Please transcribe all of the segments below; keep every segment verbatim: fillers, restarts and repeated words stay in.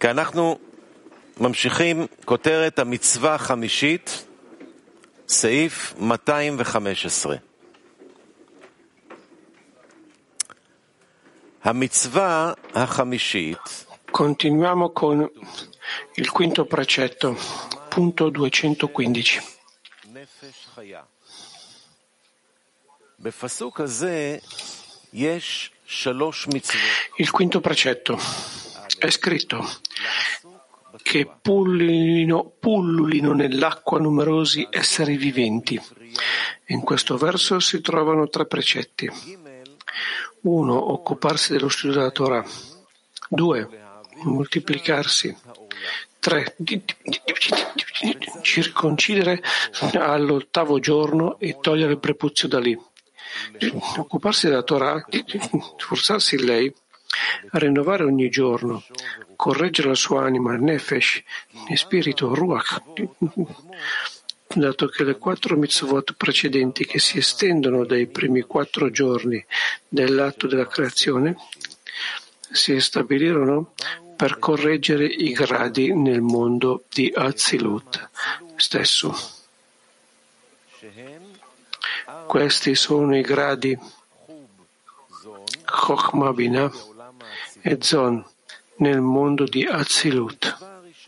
כי אנחנו ממשיכים כותרת המצווה החמישית, סעיף מאתיים וחמש עשרה. המצווה החמישית. Continuiamo con il quinto precetto, punto duecentoquindici. Il quinto precetto è scritto che pullulino, pullulino nell'acqua numerosi esseri viventi. In questo verso si trovano tre precetti. Uno, occuparsi dello studio della Torah. Due, moltiplicarsi. Tre, circoncidere all'ottavo giorno e togliere il prepuzio da lì. Occuparsi della Torah, sforzarsi in lei, a rinnovare ogni giorno, correggere la sua anima, il nefesh, il spirito, ruach, dato che le quattro mitzvot precedenti che si estendono dai primi quattro giorni dell'atto della creazione si stabilirono per correggere i gradi nel mondo di Atzilut stesso. Questi sono i gradi Chokhmah Binah e Zon nel mondo di Atzilut.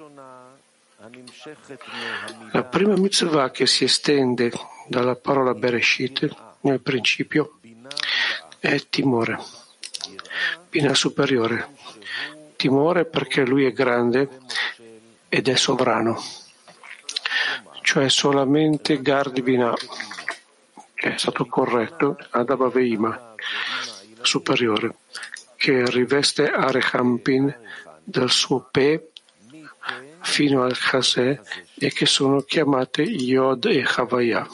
La prima mitzvah che si estende dalla parola Bereshit nel principio è timore, Binah superiore. Timore perché lui è grande ed è sovrano, cioè solamente Gard Binah è stato corretto ad Abba Veima superiore, che riveste Arechampin dal suo Pe fino al Chaseh e che sono chiamate Yod e Havaya.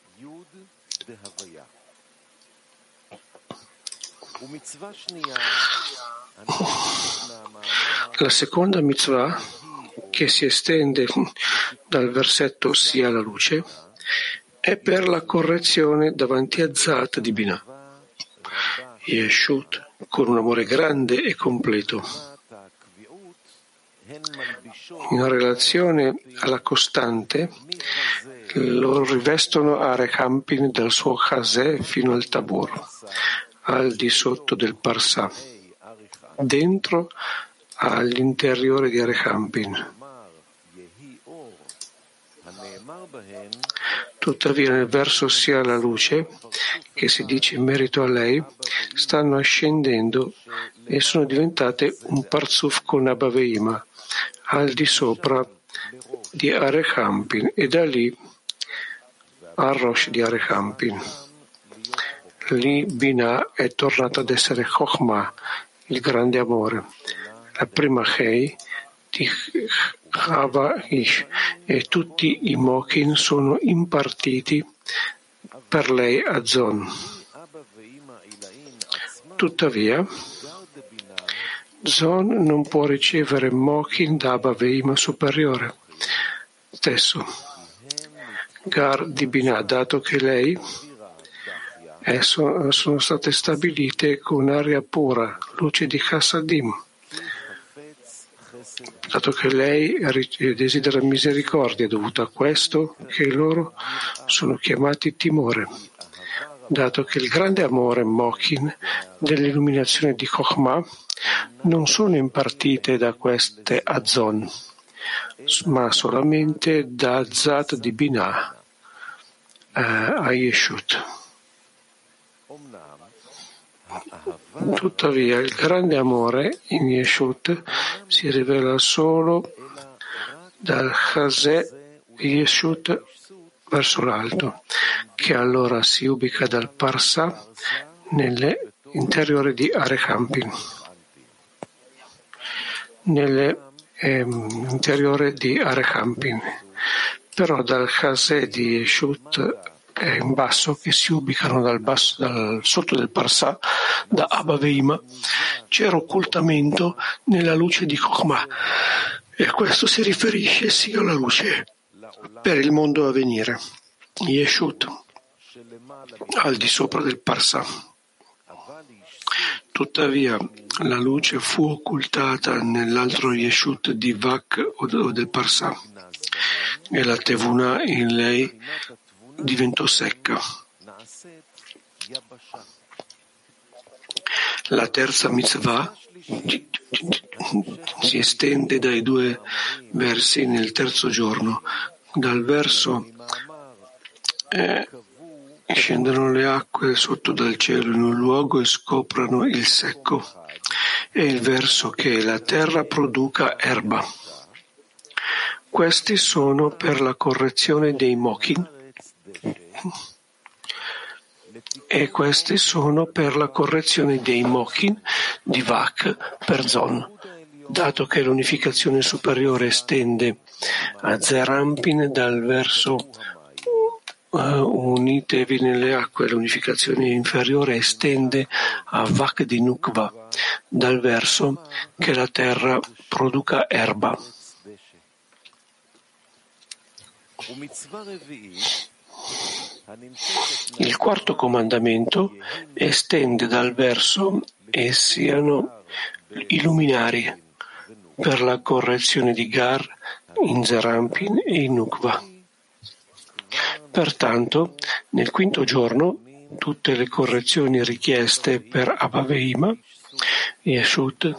La seconda mitzvah, che si estende dal versetto sia alla luce, è per la correzione davanti a Zat di Binah, Yeshut, con un amore grande e completo. In relazione alla costante, lo rivestono a Rechampin dal suo Chaseh fino al Tabor, al di sotto del Parsà, dentro all'interiore di Arechampin. Tuttavia nel verso sia la luce, che si dice in merito a lei, stanno ascendendo e sono diventate un parzuf con Abba Veima, al di sopra di Arechampin e da lì al Rosh di Arechampin. Lì Binah è tornata ad essere Chokhmah, il grande amore, la prima Hei di Chava Ish, e tutti i Mokin sono impartiti per lei a Zon. Tuttavia, Zon non può ricevere Mokin da Abba Veima superiore stesso, Gar di Binah, dato che lei e sono, sono state stabilite con aria pura, luce di Chassadim, dato che lei desidera misericordia, dovuto a questo che loro sono chiamati timore, dato che il grande amore Mokin dell'illuminazione di Chokhmah non sono impartite da queste Azon, ma solamente da Zat di Binah eh, a Yeshut. Tuttavia il grande amore in Yeshut si rivela solo dal Chaseh Yeshut verso l'alto, che allora si ubica dal Parsà nell'interiore di Arechampin, nell'interiore di Arechampin. Però dal Chaseh di Yeshut è in basso, che si ubicano dal, basso, dal sotto del Parsà, da Abba Veima, c'era occultamento nella luce di Chokhmah, e questo si riferisce sia alla luce per il mondo a venire, Yeshut, al di sopra del Parsà. Tuttavia, la luce fu occultata nell'altro Yeshut di Vak o del Parsà, e la Tevuna in lei diventò secca. La terza mitzvah si estende dai due versi nel terzo giorno. Dal verso eh, scendono le acque sotto dal cielo in un luogo e scoprano il secco, e il verso che la terra produca erba. Questi sono per la correzione dei mochin, e questi sono per la correzione dei mochin di Vak per Zon, dato che l'unificazione superiore estende a Zerampin dal verso uh, unitevi nelle acque, l'unificazione inferiore estende a Vak di Nukva dal verso che la terra produca erba. Il quarto comandamento estende dal verso e siano i luminari per la correzione di Gar in Zerampin e in Nukva. Pertanto, nel quinto giorno, tutte le correzioni richieste per Abaveima, Yeshut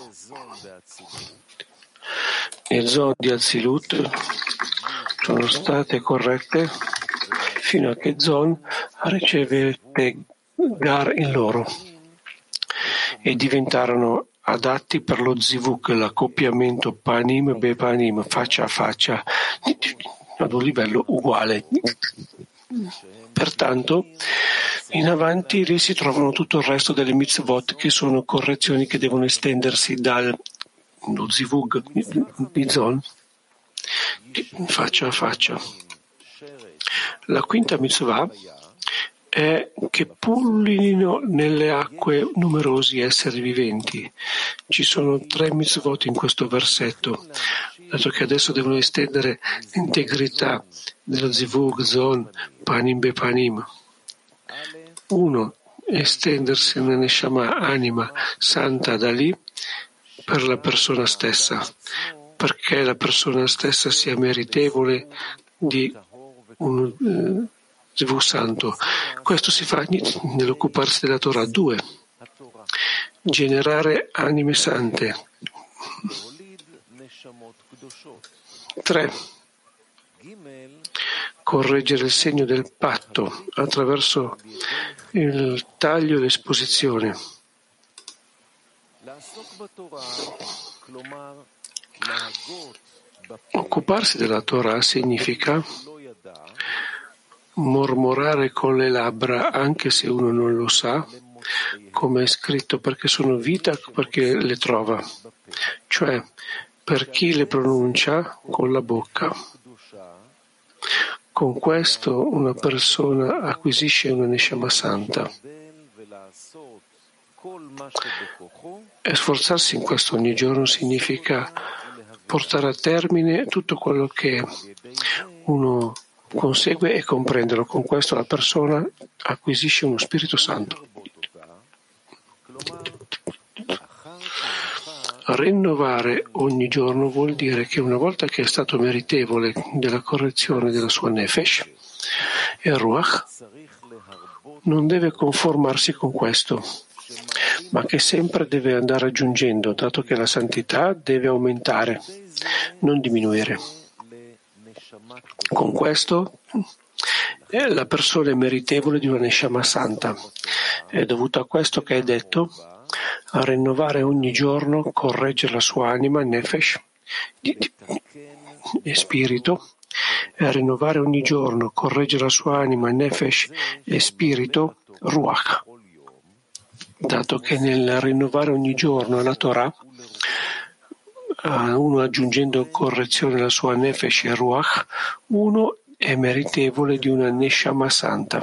e Zon di Azilut sono state corrette fino a che Zon ricevette Gar in loro e diventarono adatti per lo zivuk, l'accoppiamento panim be panim, faccia a faccia, ad un livello uguale. Pertanto, in avanti lì si trovano tutto il resto delle mitzvot, che sono correzioni che devono estendersi dal lo zivug di Zon faccia a faccia. La quinta mitzvah è che pullino nelle acque numerosi esseri viventi. Ci sono tre mitzvot in questo versetto, dato che adesso devono estendere l'integrità dello zivug, zon, panim be panim. Uno, estendersi una neshama, anima santa da lì per la persona stessa, perché la persona stessa sia meritevole di un eh, zivug santo. Questo si fa nell'occuparsi della Torah. Due, generare anime sante. Tre, correggere il segno del patto attraverso il taglio e l'esposizione. Occuparsi della Torah significa mormorare con le labbra, anche se uno non lo sa, come è scritto, perché sono vita perché le trova, cioè per chi le pronuncia con la bocca. Con questo una persona acquisisce una neshama santa. E sforzarsi in questo ogni giorno significa portare a termine tutto quello che uno consegue e comprenderlo. Con questo la persona acquisisce uno Spirito Santo. Rinnovare ogni giorno vuol dire che una volta che è stato meritevole della correzione della sua nefesh e ruach, non deve conformarsi con questo, ma che sempre deve andare aggiungendo, dato che la santità deve aumentare, non diminuire. Con questo la persona è meritevole di una neshama santa. È dovuto a questo che è detto a rinnovare ogni giorno, correggere la sua anima, nefesh e spirito, e a rinnovare ogni giorno, correggere la sua anima, nefesh e spirito, ruach. Dato che nel rinnovare ogni giorno la Torah, uno aggiungendo correzione alla sua nefesh e ruach, uno è meritevole di una neshama santa.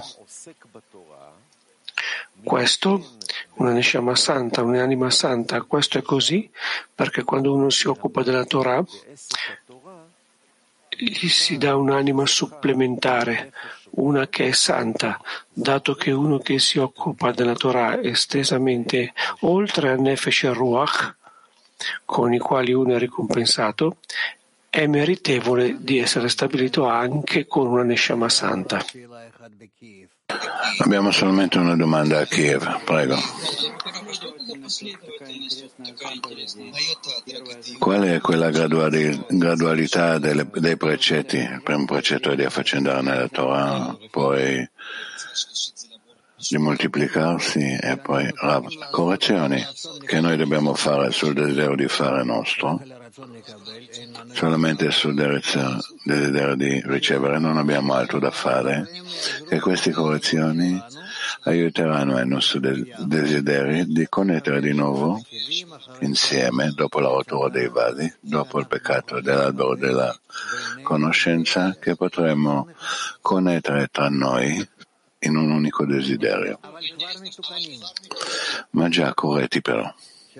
Questo, una neshama santa, un'anima santa, questo è così perché quando uno si occupa della Torah gli si dà un'anima supplementare una che è santa, dato che uno che si occupa della Torah estesamente oltre al Nefesh e Ruach, con i quali uno è ricompensato, è meritevole di essere stabilito anche con una Neshama santa. Abbiamo solamente una domanda a Kiev, prego. Qual è quella graduali, gradualità delle, dei precetti? Il primo precetto è di affaccendare nella Torah, poi di moltiplicarsi e poi Rav, correzioni che noi dobbiamo fare sul desiderio di fare nostro, solamente sul desiderio di ricevere, non abbiamo altro da fare, e queste correzioni aiuteranno i nostri desideri di connettere di nuovo insieme, dopo la rottura dei vasi, dopo il peccato dell'albero della conoscenza, che potremo connettere tra noi in un unico desiderio, ma già corretti però,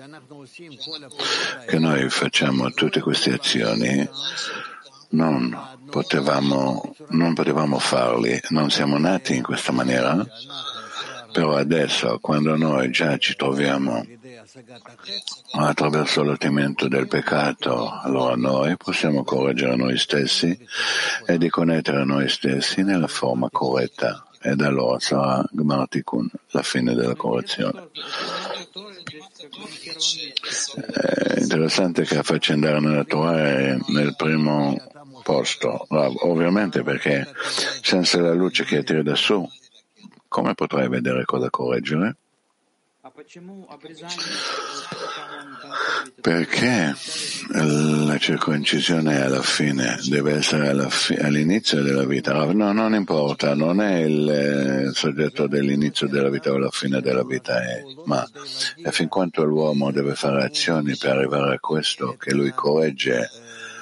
che noi facciamo tutte queste azioni, non potevamo, non potevamo farli, non siamo nati in questa maniera, però adesso quando noi già ci troviamo attraverso l'ottimento del peccato, allora noi possiamo correggere noi stessi e di connettere noi stessi nella forma corretta. Ed allora sarà Gmar Tikkun, la fine della correzione. È interessante che affaccendare nella Torah è nel primo posto, ovviamente perché senza la luce che attira da su, come potrai vedere cosa correggere? Perché la circoncisione alla fine deve essere alla fi- all'inizio della vita? No, non importa, non è il soggetto dell'inizio della vita o alla fine della vita, è, ma è fin quanto l'uomo deve fare azioni per arrivare a questo che lui corregge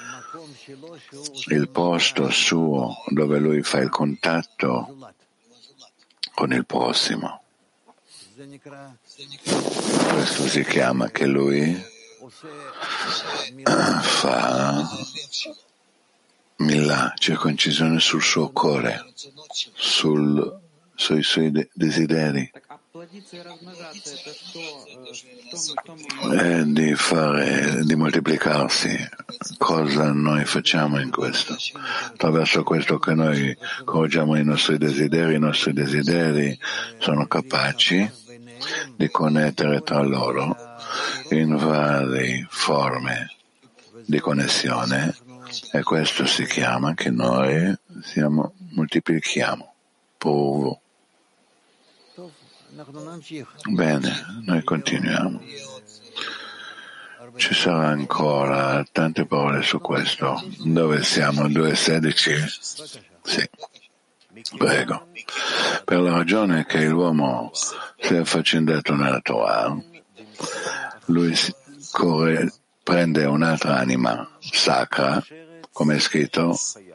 il posto suo dove lui fa il contatto con il prossimo. Questo si chiama che lui fa Milà, circoncisione sul suo cuore, sul, sui suoi de- desideri, e di fare, di moltiplicarsi. Cosa noi facciamo in questo? Attraverso questo che noi correggiamo i nostri desideri, i nostri desideri sono capaci di connettere tra loro in varie forme di connessione, e questo si chiama che noi siamo, moltiplichiamo. Puro. Bene, noi continuiamo. Ci sarà ancora tante parole su questo. Dove siamo? due sedici? Sì. Prego. Per la ragione che l'uomo si è affaccendato nella Torah, lui corre, prende un'altra anima sacra, come è scritto,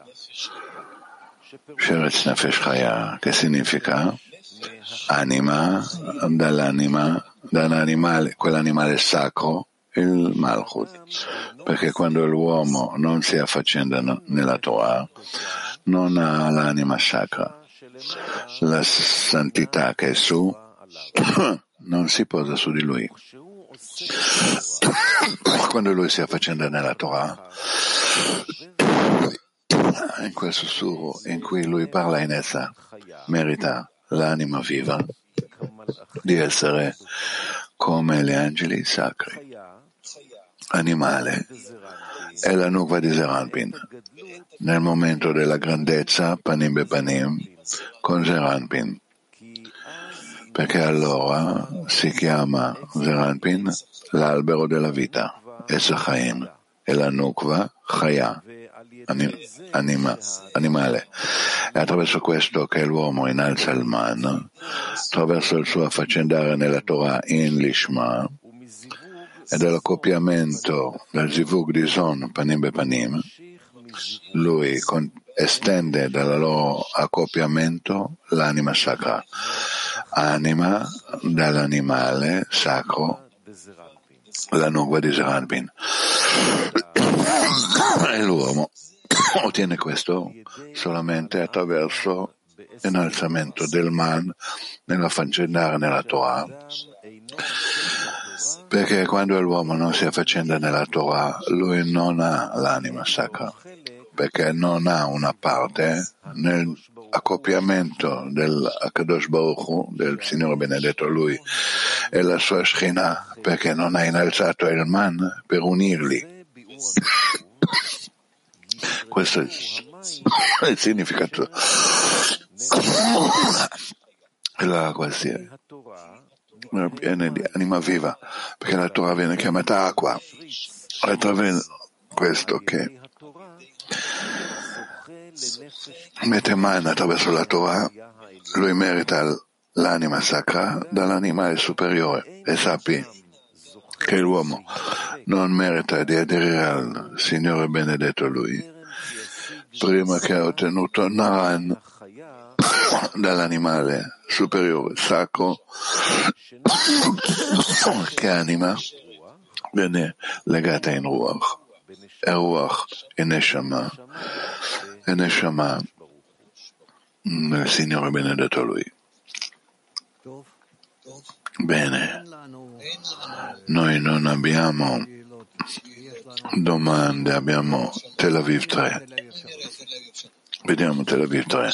Sheretz Nefesh Chaya, che significa anima dall'anima, dall'animale, quell'animale sacro, il Malchut, perché quando l'uomo non si affaccenda nella Torah, non ha l'anima sacra. La santità che è su non si posa su di lui. Quando lui si affaccenda nella Torah, in quel sussurro in cui lui parla in essa, merita l'anima viva di essere come gli angeli sacri. Animale è la nukva di Zeranpin. Nel momento della grandezza, panim be panim, con Zeranpin. Perché allora si chiama Zeranpin l'albero della vita, Esachaim, e la nukva Chaya, anima, animale. È attraverso questo che l'uomo innalza il man, attraverso il suo affaccendare nella Torah in Lishma, e dell'accoppiamento del zivug di Zon panim be panim, lui con, estende dal loro accoppiamento l'anima sacra, anima dall'animale sacro, la nukva di Zeranpin. E l'uomo ottiene questo solamente attraverso innalzamento del man nell'affaccendare nella Torah, perché quando l'uomo non si affaccenda nella Torah, lui non ha l'anima sacra, perché non ha una parte nell'accoppiamento del Akadosh Baruch Hu, del Signore benedetto Lui, e la sua Shekhinah, perché non ha innalzato il man per unirli. Questo è il significato della questione piena di anima viva, perché la Torah viene chiamata acqua. Attraverso questo che mette mano attraverso la Torah, lui merita l'anima sacra dall'animale superiore, e sappi che l'uomo non merita di aderire al Signore benedetto Lui prima che ha ottenuto Naran dall'animale superiore sacro che anima viene legata in Ruach, e Ruach in Neshama, e Neshama nel Signore benedetto Lui. Bene, noi non abbiamo domande, abbiamo Tel Aviv tre. Vediamo Tel Aviv tre.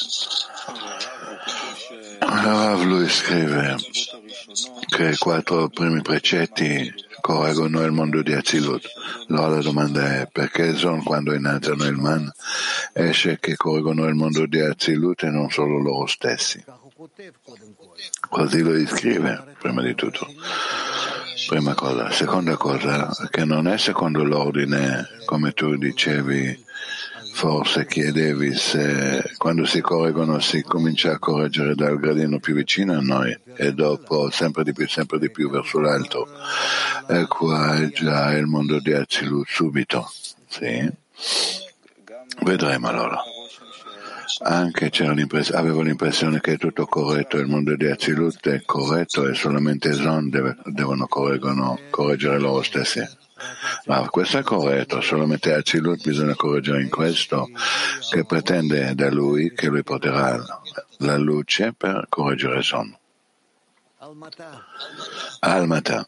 Rav lui scrive che i quattro primi precetti correggono il mondo di Azilut. Allora la domanda è: perché Zon, quando innalzano il man, esce che correggono il mondo di Azilut e non solo loro stessi? Così lo scrive, prima di tutto. Prima cosa. Seconda cosa, che non è secondo l'ordine, come tu dicevi, forse chiedevi se quando si correggono si comincia a correggere dal gradino più vicino a noi e dopo sempre di più, sempre di più verso l'alto. E qua è già il mondo di Azilut subito. Sì? Vedremo allora. Anche c'era l'impressione, avevo l'impressione che è tutto corretto, il mondo di Azilut è corretto e solamente Zon deve, devono correggere loro stessi. Ma questo è corretto, solamente Azilut bisogna correggere in questo, che pretende da lui che lui porterà la luce per correggere Zon. Almata.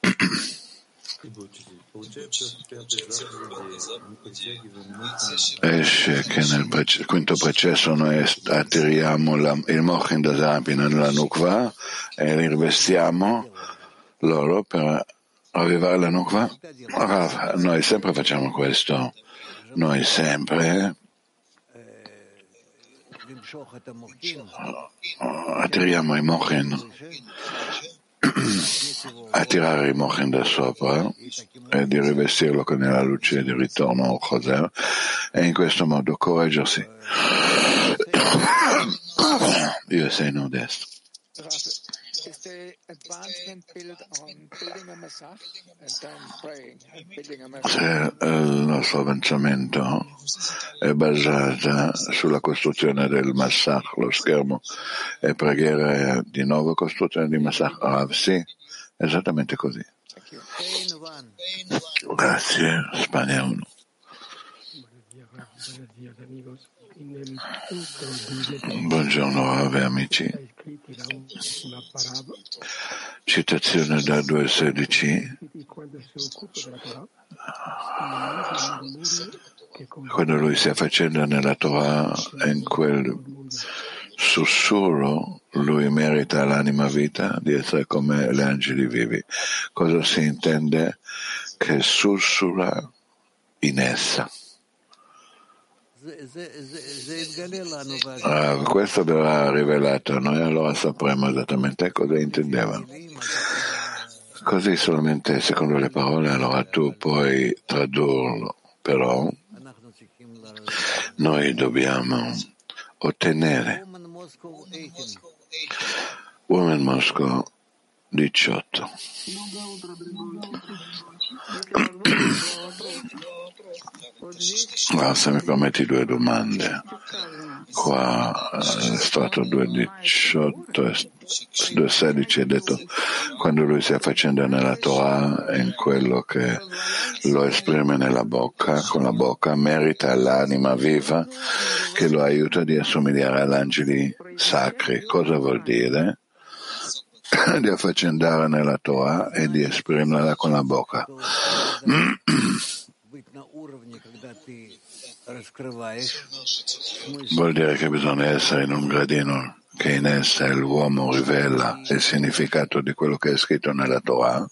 Esce che nel prece- quinto processo noi attiriamo la, il Mochin da Zapina nella Nukva e li rivestiamo loro per avvivare la Nukva. Rav, noi sempre facciamo questo, noi sempre attiriamo i Mochin, attirare i Mochin da sopra e di rivestirlo con la luce di ritorno al Choser e in questo modo correggersi. Io sei nord-est. Se il nostro avanzamento è basato sulla costruzione del Massach, lo schermo, e preghiera di nuova costruzione di Massach, ah, sì, esattamente così. Grazie, Spagna uno. Buongiorno Rav e amici. Citazione da due sedici. Quando lui si affacenda nella Torah, in quel sussurro, lui merita l'anima vita di essere come gli angeli vivi. Cosa si intende che sussurra in essa? Ah, questo verrà rivelato a noi, allora sapremo esattamente cosa intendeva. Così solamente secondo le parole, allora tu puoi tradurlo, però noi dobbiamo ottenere. Women Moscow diciotto. Ah, se mi permetti due domande. Qua è stato due diciotto e due sedici è detto quando lui si affaccenda nella Torah in quello che lo esprime nella bocca, con la bocca merita l'anima viva che lo aiuta di assomigliare agli angeli sacri. Cosa vuol dire? Di affaccendare nella Torah e di esprimerla con la bocca. Vuol dire che bisogna essere in un gradino che in essa l'uomo rivela il significato di quello che è scritto nella Torah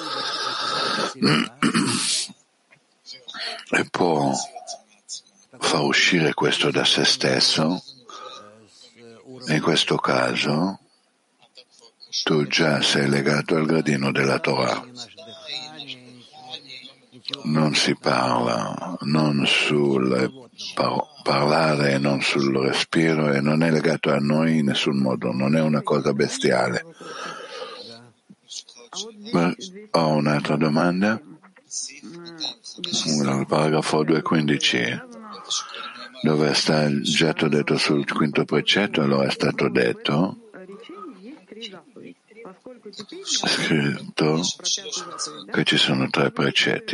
e può far uscire questo da se stesso. In questo caso tu già sei legato al gradino della Torah. Non si parla, non sul par- parlare e non sul respiro e non è legato a noi in nessun modo, non è una cosa bestiale. Ma ho un'altra domanda. Il paragrafo duecentoquindici, dove sta già detto sul quinto precetto, allora è stato detto scritto che ci sono tre precetti.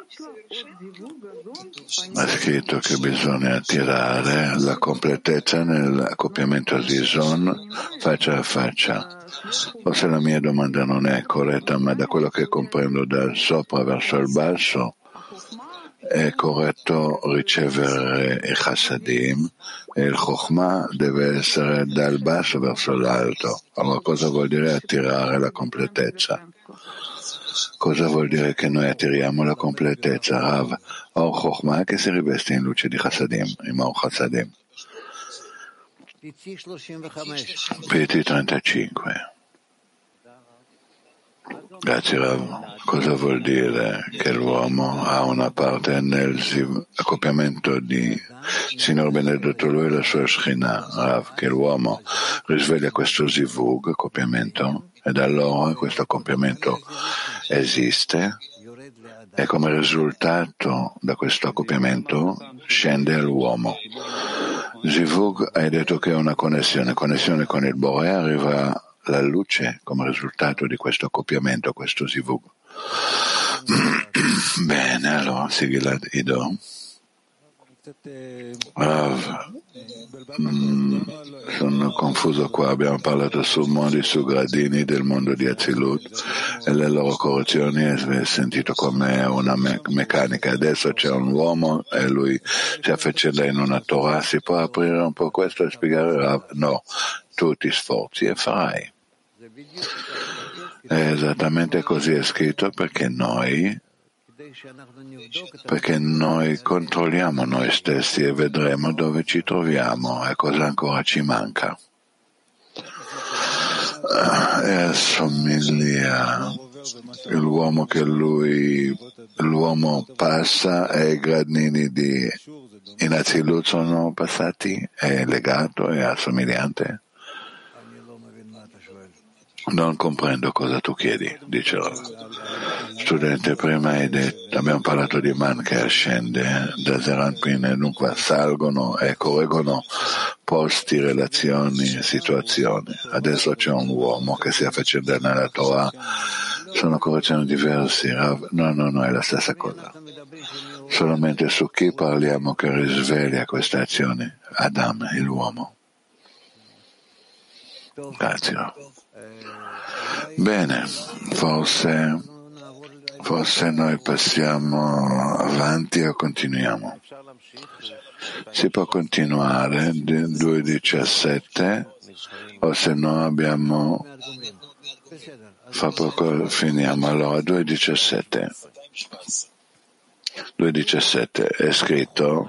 È scritto che bisogna attirare la completezza nell'accoppiamento Zison faccia a faccia. Forse la mia domanda non è corretta, ma da quello che comprendo dal sopra verso il basso è corretto ricevere i chassadim e il chokhmah deve essere dal basso verso l'alto. Allora cosa vuol dire attirare la completezza? Cosa vuol dire che noi attiriamo la completezza? Rav, Or chokhmah che si riveste in luce di chassadim, in Or chassadim. P T trentacinque. Grazie Rav. Cosa vuol dire che l'uomo ha una parte nell'accoppiamento di Signor Benedetto lui e la sua Shekhinah, Rav, che l'uomo risveglia questo zivug, accoppiamento, ed allora questo accoppiamento esiste e come risultato da questo accoppiamento scende all'uomo. Zivug hai detto che è una connessione, connessione con il Bore, arriva la luce come risultato di questo accoppiamento, questo zivug. Bene, allora, Sigilad Ido. Rav, mm, sono confuso qua, abbiamo parlato su modi, su gradini del mondo di Azilut e le loro correzioni e si è sentito come una me- meccanica. Adesso c'è un uomo e lui si affaccenda in una Torah, si può aprire un po' questo e spiegare Rav? No, tu ti sforzi e farai. È esattamente così è scritto perché noi perché noi controlliamo noi stessi e vedremo dove ci troviamo e cosa ancora ci manca. E assomiglia l'uomo che lui l'uomo passa e i gradini di in Azilut sono passati, è legato, è assomigliante. Non comprendo cosa tu chiedi, dice studente. Prima hai detto, abbiamo parlato di man che ascende da Zeranpin e dunque salgono e correggono posti, relazioni, situazioni. Adesso c'è un uomo che si affaccenda nella Torah, sono correzioni diverse. No, no, no, è la stessa cosa. Solamente su chi parliamo che risveglia queste azioni? Adam, l'uomo. Grazie. Bene, forse, forse noi passiamo avanti o continuiamo. Si può continuare due diciassette o se no abbiamo fra poco finiamo. Allora due diciassette due diciassette è scritto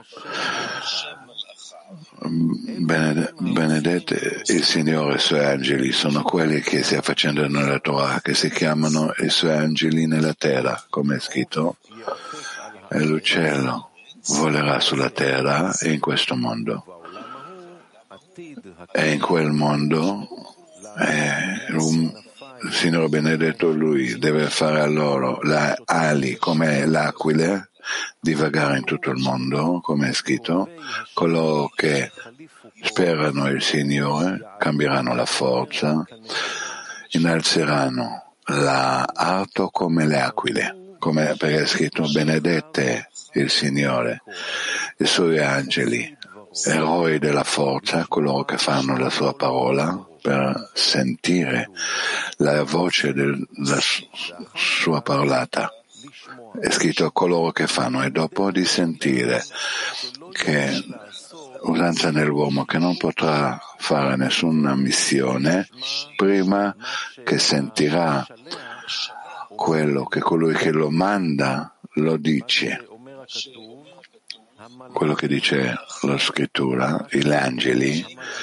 benedetto il Signore e i suoi angeli sono quelli che si affacciano nella Torah, che si chiamano i suoi angeli nella terra, come è scritto, e l'uccello volerà sulla terra e in questo mondo, e in quel mondo eh, un, il Signore benedetto lui deve fare a loro le ali come l'aquile divagare in tutto il mondo, come è scritto, coloro che sperano il Signore cambieranno la forza, innalzeranno l'arto come le aquile, come perché è scritto benedette il Signore, i suoi angeli, eroi della forza, coloro che fanno la sua parola per sentire la voce della sua parlata. È scritto coloro che fanno e dopo di sentire che usanza nell'uomo che non potrà fare nessuna missione prima che sentirà quello che colui che lo manda lo dice. Quello che dice la scrittura, gli angeli,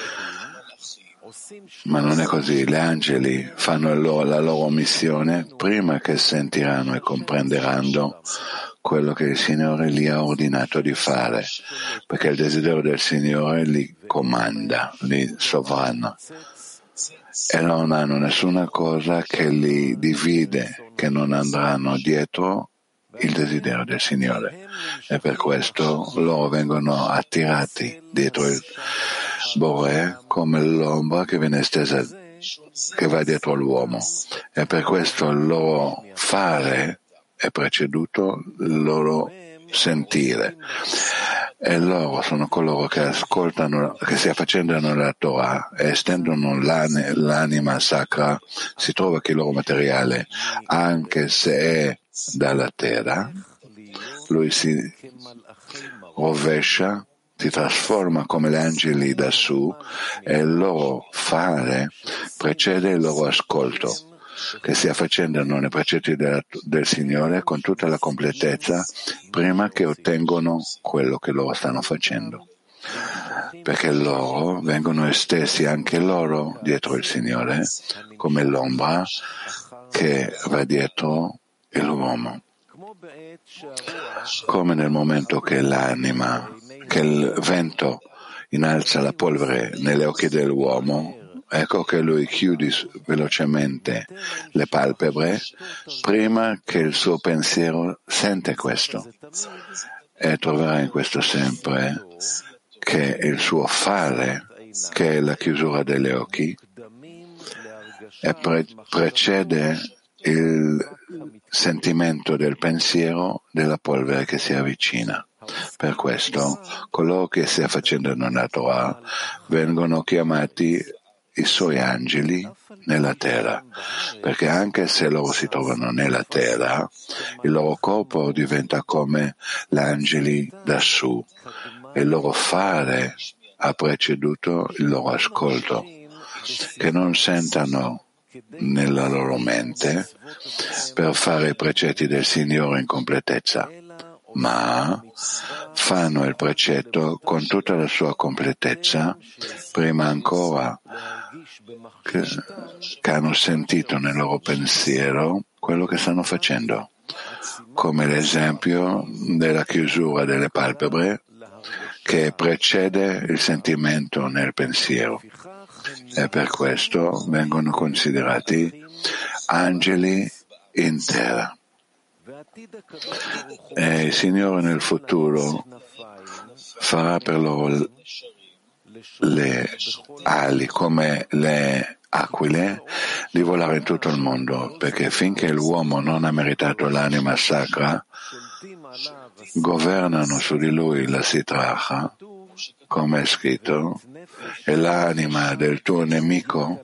ma non è così, gli angeli fanno la loro missione prima che sentiranno e comprenderanno quello che il Signore gli ha ordinato di fare, perché il desiderio del Signore li comanda, li sovrana, e non hanno nessuna cosa che li divide, che non andranno dietro il desiderio del Signore, e per questo loro vengono attirati dietro il Bore come l'ombra che viene estesa, che va dietro l'uomo, e per questo il loro fare è preceduto il loro sentire, e loro sono coloro che ascoltano, che si affaccendano la Torah e estendono l'anima sacra. Si trova che il loro materiale, anche se è dalla terra, lui si rovescia, si trasforma come gli angeli da su, e il loro fare precede il loro ascolto, che si affaccendano nei precetti del, del Signore con tutta la completezza prima che ottengano quello che loro stanno facendo, perché loro vengono estesi anche loro dietro il Signore come l'ombra che va dietro l'uomo, come nel momento che l'anima, che il vento innalza la polvere negli occhi dell'uomo. Ecco che lui chiude velocemente le palpebre prima che il suo pensiero sente questo, e troverà in questo sempre che il suo fare, che è la chiusura degli occhi, e pre- precede il sentimento del pensiero della polvere che si avvicina. Per questo coloro che si affaccendano nella Torah vengono chiamati i suoi angeli nella terra, perché anche se loro si trovano nella terra, il loro corpo diventa come gli angeli da su, e il loro fare ha preceduto il loro ascolto, che non sentano nella loro mente per fare i precetti del Signore in completezza, ma fanno il precetto con tutta la sua completezza prima ancora che, che hanno sentito nel loro pensiero quello che stanno facendo, come l'esempio della chiusura delle palpebre che precede il sentimento nel pensiero, e per questo vengono considerati angeli in terra. E il Signore nel futuro farà per loro le ali come le aquile di volare in tutto il mondo, perché finché l'uomo non ha meritato l'anima sacra, governano su di lui la sitracha, come è scritto, e l'anima del tuo nemico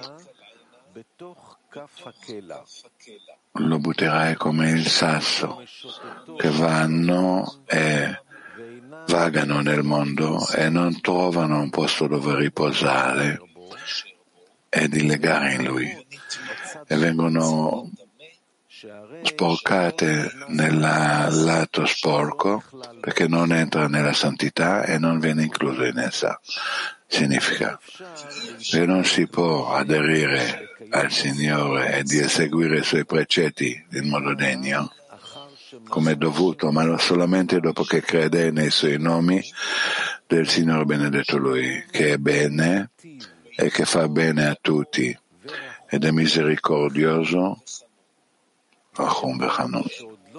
lo butterai come il sasso, che vanno e vagano nel mondo e non trovano un posto dove riposare e dillegare in lui, e vengono sporcate nel lato sporco perché non entra nella santità e non viene incluso in essa. Significa che non si può aderire al Signore e di eseguire i suoi precetti in modo degno come è dovuto, ma solamente dopo che crede nei suoi nomi del Signore benedetto Lui, che è bene e che fa bene a tutti ed è misericordioso.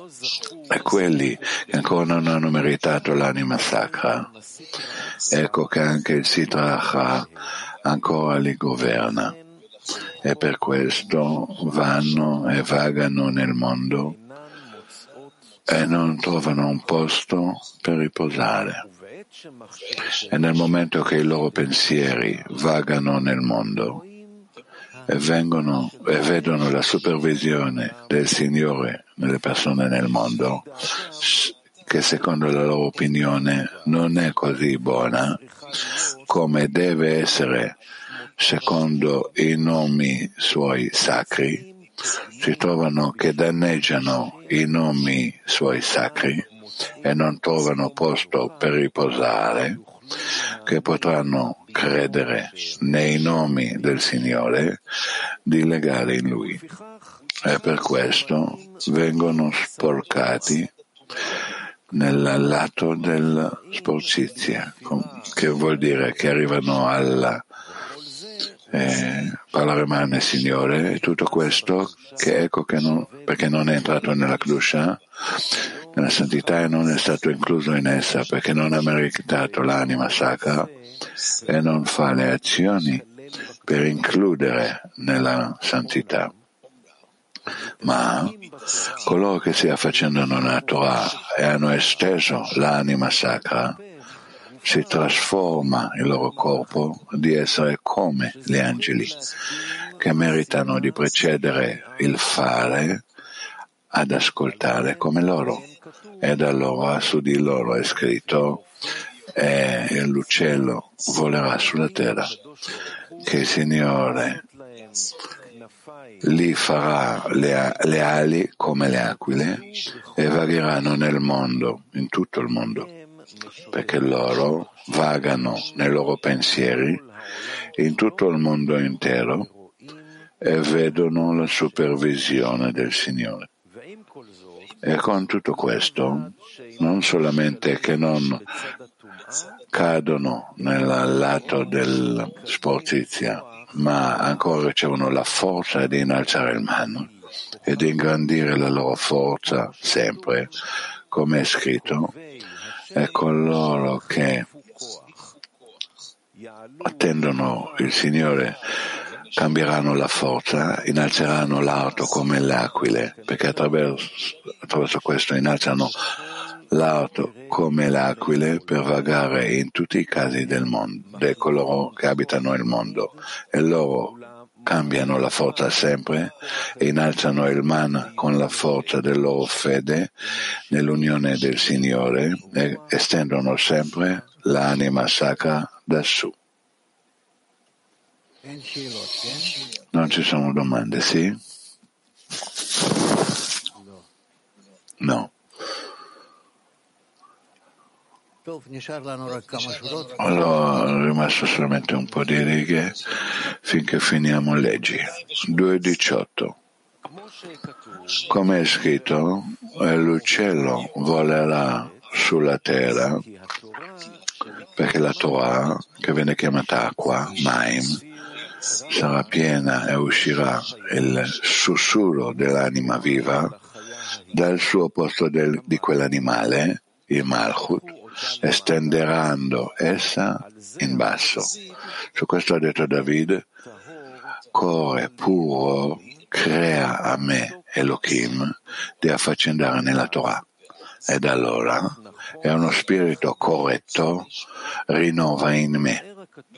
e quelli che ancora non hanno meritato l'anima sacra, ecco che anche il Sitra Achra ancora li governa, e per questo vanno e vagano nel mondo e non trovano un posto per riposare. E nel momento che i loro pensieri vagano nel mondo e vengono e vedono la supervisione del Signore nelle persone nel mondo, che secondo la loro opinione non è così buona come deve essere secondo i nomi suoi sacri, si trovano che danneggiano i nomi suoi sacri e non trovano posto per riposare, che potranno credere nei nomi del Signore, di legare in Lui. E per questo vengono sporcati nel lato della sporcizia, che vuol dire che arrivano alla eh, parlare male nel Signore, e tutto questo che ecco che non, perché non è entrato nella Kedusha, nella santità, e non è stato incluso in essa perché non ha meritato l'anima sacra e non fa le azioni per includere nella santità. Ma coloro che si affacendano nella Torah e hanno esteso l'anima sacra, si trasforma il loro corpo di essere come gli angeli, che meritano di precedere il fare ad ascoltare come loro. Ed allora su di loro è scritto: e l'uccello volerà sulla terra, che il Signore li farà le, le ali come le aquile e vagheranno nel mondo, in tutto il mondo, perché loro vagano nei loro pensieri in tutto il mondo intero e vedono la supervisione del Signore. E con tutto questo, non solamente che non cadono nel lato del sportizia, ma ancora ricevono la forza di innalzare il man e di ingrandire la loro forza sempre, come è scritto, e coloro che attendono il Signore cambieranno la forza, innalzeranno l'arto come le aquile, perché attraverso, attraverso questo innalzano l'arto come le aquile per vagare in tutti i casi del mondo, di coloro che abitano il mondo, e loro cambiano la forza sempre e innalzano il man con la forza della loro fede nell'unione del Signore e estendono sempre l'anima sacra da su. Non ci sono domande, sì? No. Allora è rimasto solamente un po' di righe finché finiamo leggi. due diciotto. Come è scritto, l'uccello volerà sulla terra, perché la Torah, che viene chiamata acqua, Maim, sarà piena e uscirà il sussurro dell'anima viva dal suo posto del, di quell'animale, il Malchut, estenderanno essa in basso. Su questo ha detto David: cuore puro crea a me Elohim di affaccendare nella Torah, ed allora è uno spirito corretto rinnova in me.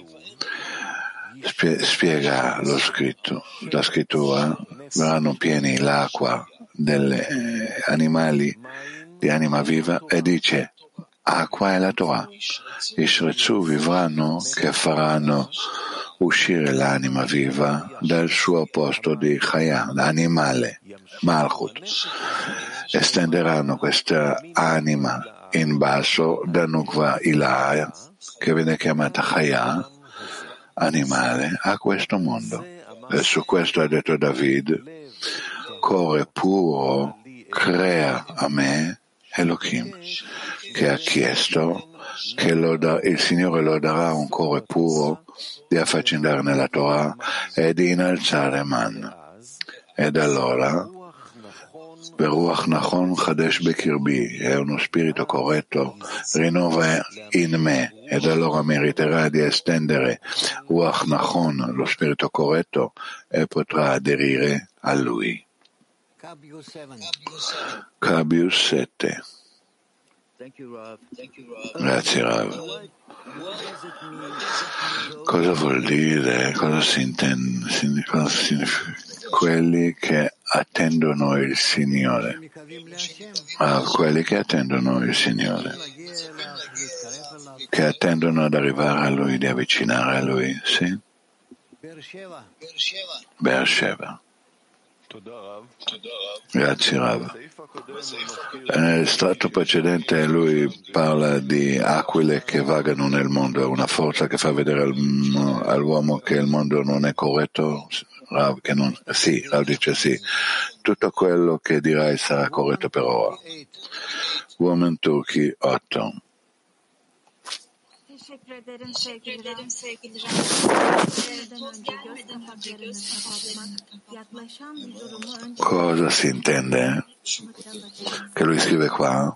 Spiega lo scritto, la scrittura: verranno pieni l'acqua degli eh, animali di anima viva, e dice: acqua è la Torah. I Shretsu vivranno che faranno uscire l'anima viva dal suo posto di Chaya, l'animale, Malchut. Estenderanno questa anima in basso da Nukva Ilah, che viene chiamata Chaya, animale, a questo mondo. E su questo ha detto David: cuore puro crea a me Elohim, che ha chiesto che lo da, il Signore lo darà un cuore puro di affaccendare nella Torah e di innalzare man. Ed allora Beruach Nachon Chadesh Bekirbi, è uno spirito corretto, rinnova in me, ed allora meriterà di estendere Ruach Nachon, lo spirito corretto, e potrà aderire a lui. Cabius sette. Grazie Rav. Cosa vuol dire? Cosa si intende? Cosa significa? Quelli che attendono il Signore. Ah, quelli che attendono il Signore. Che attendono ad arrivare a Lui, di avvicinare a Lui. Sì? Beersheba. Grazie Rav. Nell'estratto precedente lui parla di aquile che vagano nel mondo, una forza che fa vedere al, all'uomo che il mondo non è corretto. Rav, che non, sì, Rav dice sì. Tutto quello che dirai sarà corretto per ora. Woman Turkey otto. Teşekkür ederim sevgili Rav. Önce göz kapaklarını kapatmak, yaklaşan bir durumu önce... Cosa si intende? Che lui scrive qua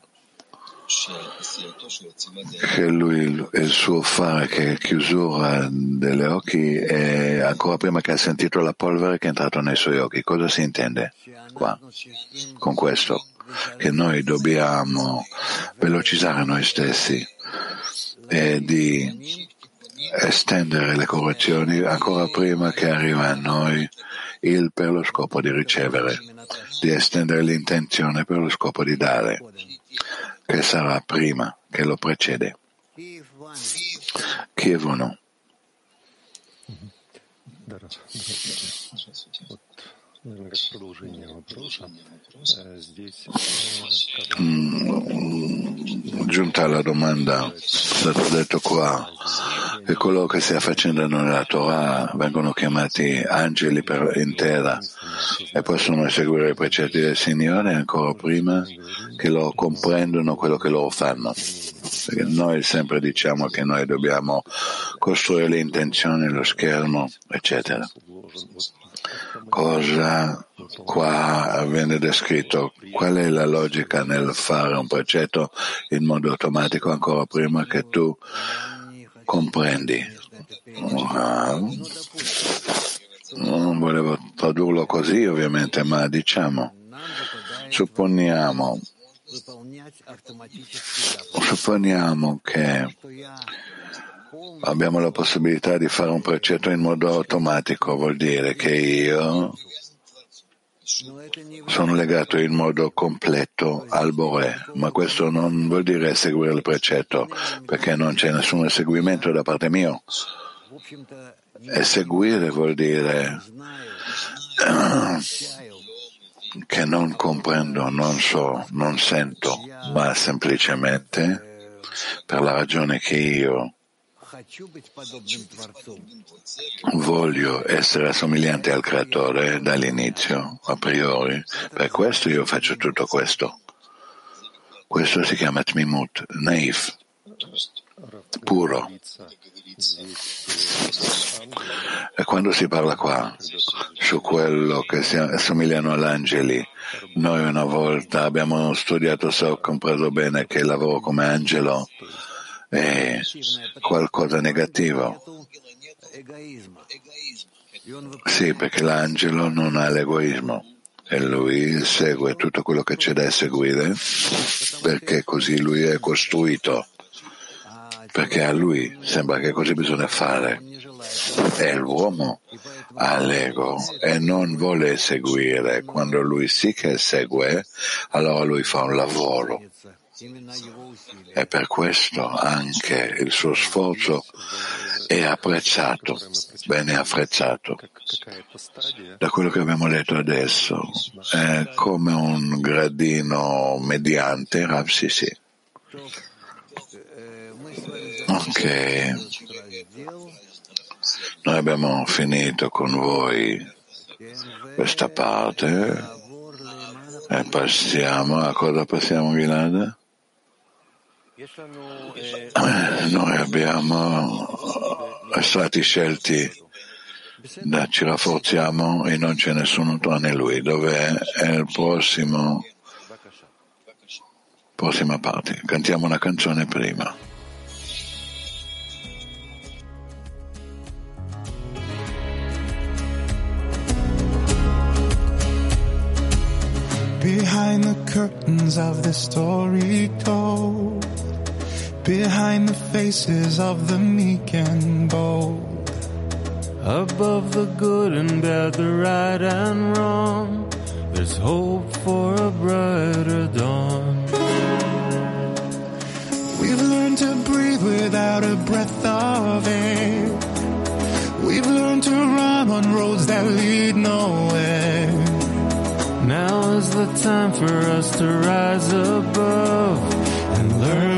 che lui, il suo fare, che è chiusura degli occhi, è ancora prima che ha sentito la polvere che è entrato nei suoi occhi. Cosa si intende qua con questo? Che noi dobbiamo velocizzare noi stessi e di estendere le correzioni ancora prima che arriva a noi il per lo scopo di ricevere, di estendere l'intenzione per lo scopo di dare, che sarà prima, che lo precede. Kiev uno. Mm, giunta alla domanda, è stato detto qua che coloro che si affacendano nella Torah vengono chiamati angeli per intera e possono eseguire i precetti del Signore ancora prima che loro comprendono quello che loro fanno. Perché noi sempre diciamo che noi dobbiamo costruire le intenzioni, lo schermo, eccetera. Cosa qua viene descritto? Qual è la logica nel fare un precetto in modo automatico ancora prima che tu comprendi? Uh, non volevo tradurlo così ovviamente, ma diciamo, supponiamo, supponiamo che abbiamo la possibilità di fare un precetto in modo automatico, vuol dire che io sono legato in modo completo al Boré, ma questo non vuol dire eseguire il precetto, perché non c'è nessun eseguimento da parte mia. Eseguire vuol dire che non comprendo, non so, non sento, ma semplicemente per la ragione che io voglio essere assomigliante al Creatore dall'inizio, a priori, per questo io faccio tutto questo. Questo si chiama Tmimut, Naif, puro. E quando si parla qua su quello che si assomigliano agli angeli, noi una volta abbiamo studiato se ho compreso bene che il lavoro come angelo è qualcosa negativo. Sì, perché l'angelo non ha l'egoismo e lui segue tutto quello che c'è da seguire perché così lui è costruito, perché a lui sembra che così bisogna fare e l'uomo ha l'ego e non vuole seguire. Quando lui sì che segue, allora lui fa un lavoro. E per questo anche il suo sforzo è apprezzato, bene apprezzato. Da quello che abbiamo letto adesso è come un gradino mediante, Rav, sì, sì. Ok, noi abbiamo finito con voi questa parte e passiamo a cosa passiamo, Gilad? Noi abbiamo stati scelti Da, ci rafforziamo e non c'è nessuno tranne lui. Dov'è? È il prossimo, prossima parte. Cantiamo una canzone prima. Behind the curtains of the story told, behind the faces of the meek and bold, above the good and bad, the right and wrong, there's hope for a brighter dawn. We've learned to breathe without a breath of air. We've learned to run on roads that lead nowhere. Now is the time for us to rise above and learn